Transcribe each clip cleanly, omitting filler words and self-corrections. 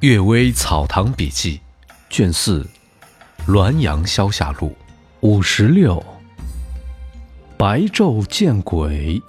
岳微草堂笔记卷4滦阳消夏录56白昼见鬼。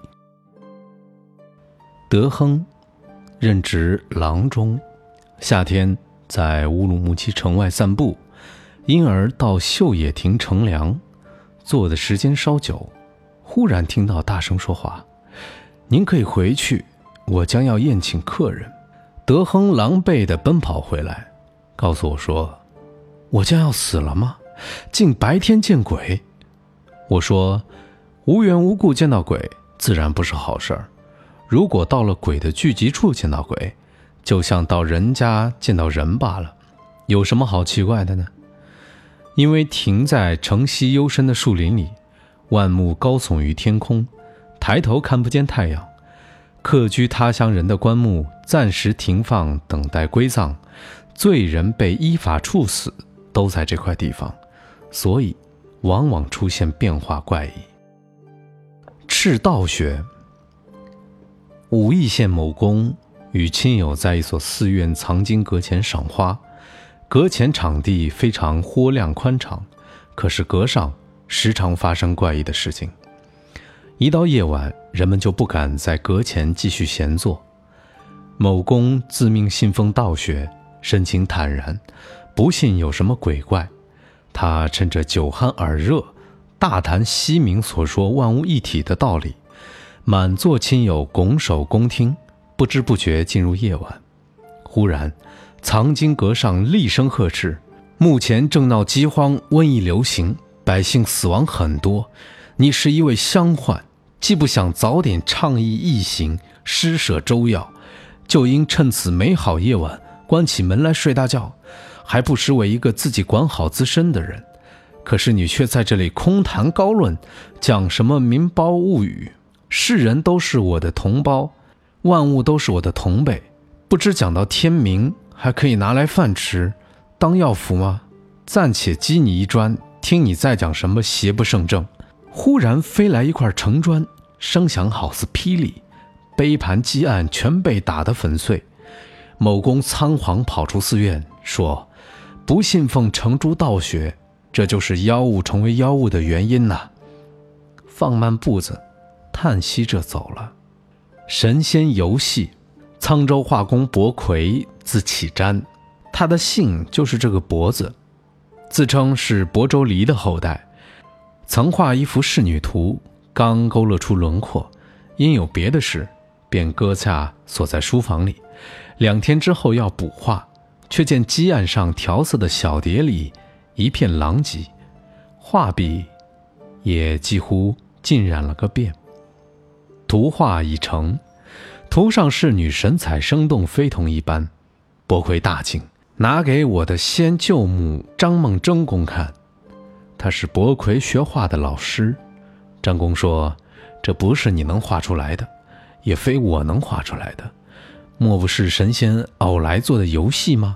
德亨任职郎中，夏天在乌鲁木齐城外散步，因而到秀野亭乘凉，坐的时间稍久，忽然听到大声说话：“您可以回去，我将要宴请客人。”德亨狼狈地奔跑回来，告诉我说：“我将要死了吗？竟白天见鬼！”我说：“无缘无故见到鬼，自然不是好事儿。如果到了鬼的聚集处见到鬼，就像到人家见到人罢了，有什么好奇怪的呢？因为停在城西幽深的树林里，万木高耸于天空，抬头看不见太阳。客居他乡人的棺木暂时停放，等待归葬，罪人被依法处死都在这块地方，所以往往出现变化怪异。赤道穴。武义县某公与亲友在一所寺院藏经阁前赏花，阁前场地非常豁亮宽敞，可是阁上时常发生怪异的事情。一到夜晚，人们就不敢在阁前继续闲坐。某公自命信奉道学，神情坦然，不信有什么鬼怪。他趁着酒酣耳热，大谈西明所说万物一体的道理，满座亲友拱手恭听，不知不觉进入夜晚。忽然藏经阁上厉声呵斥：“目前正闹饥荒，瘟疫流行，百姓死亡很多，你是一位乡宦，既不想早点倡议义行，施舍粥药，就应趁此美好夜晚关起门来睡大觉，还不失为一个自己管好自身的人。可是你却在这里空谈高论，讲什么民胞物语，世人都是我的同胞，万物都是我的同辈，不知讲到天明还可以拿来饭吃，当药服吗？暂且击你一砖，听你再讲什么邪不胜正。”忽然飞来一块城砖，声响好似霹雳，杯盘鸡案全被打得粉碎。某公仓皇跑出寺院，说：“不信奉程朱道学，这就是妖物成为妖物的原因呐。”放慢步子，叹息着走了。神仙游戏。沧州画工伯魁字启瞻，他的姓就是这个伯字，自称是亳州黎的后代。曾画一幅仕女图，刚勾勒出轮廓，因有别的事，便搁下锁在书房里。2天之后要补画，却见基案上调色的小碟里一片狼藉，画笔也几乎浸染了个遍。图画已成，图上仕女神采生动，非同一般。伯魁大惊，拿给我的先舅母张梦贞公看。他是伯魁学画的老师。张公说：“这不是你能画出来的，也非我能画出来的，莫不是神仙偶来做的游戏吗？”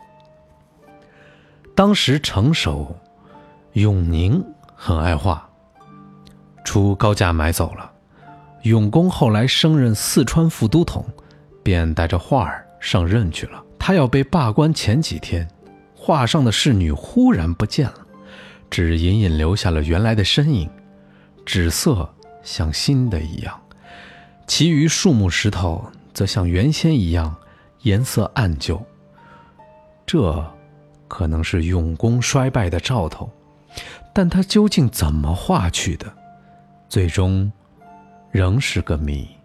当时城守永宁很爱画，出高价买走了。永公后来升任四川副都统，便带着画儿上任去了。他要被罢官前几天，画上的仕女忽然不见了，只隐隐留下了原来的身影，纸色像新的一样，其余树木石头则像原先一样颜色暗旧。这可能是永公衰败的兆头，但他究竟怎么画去的，最终仍是个谜。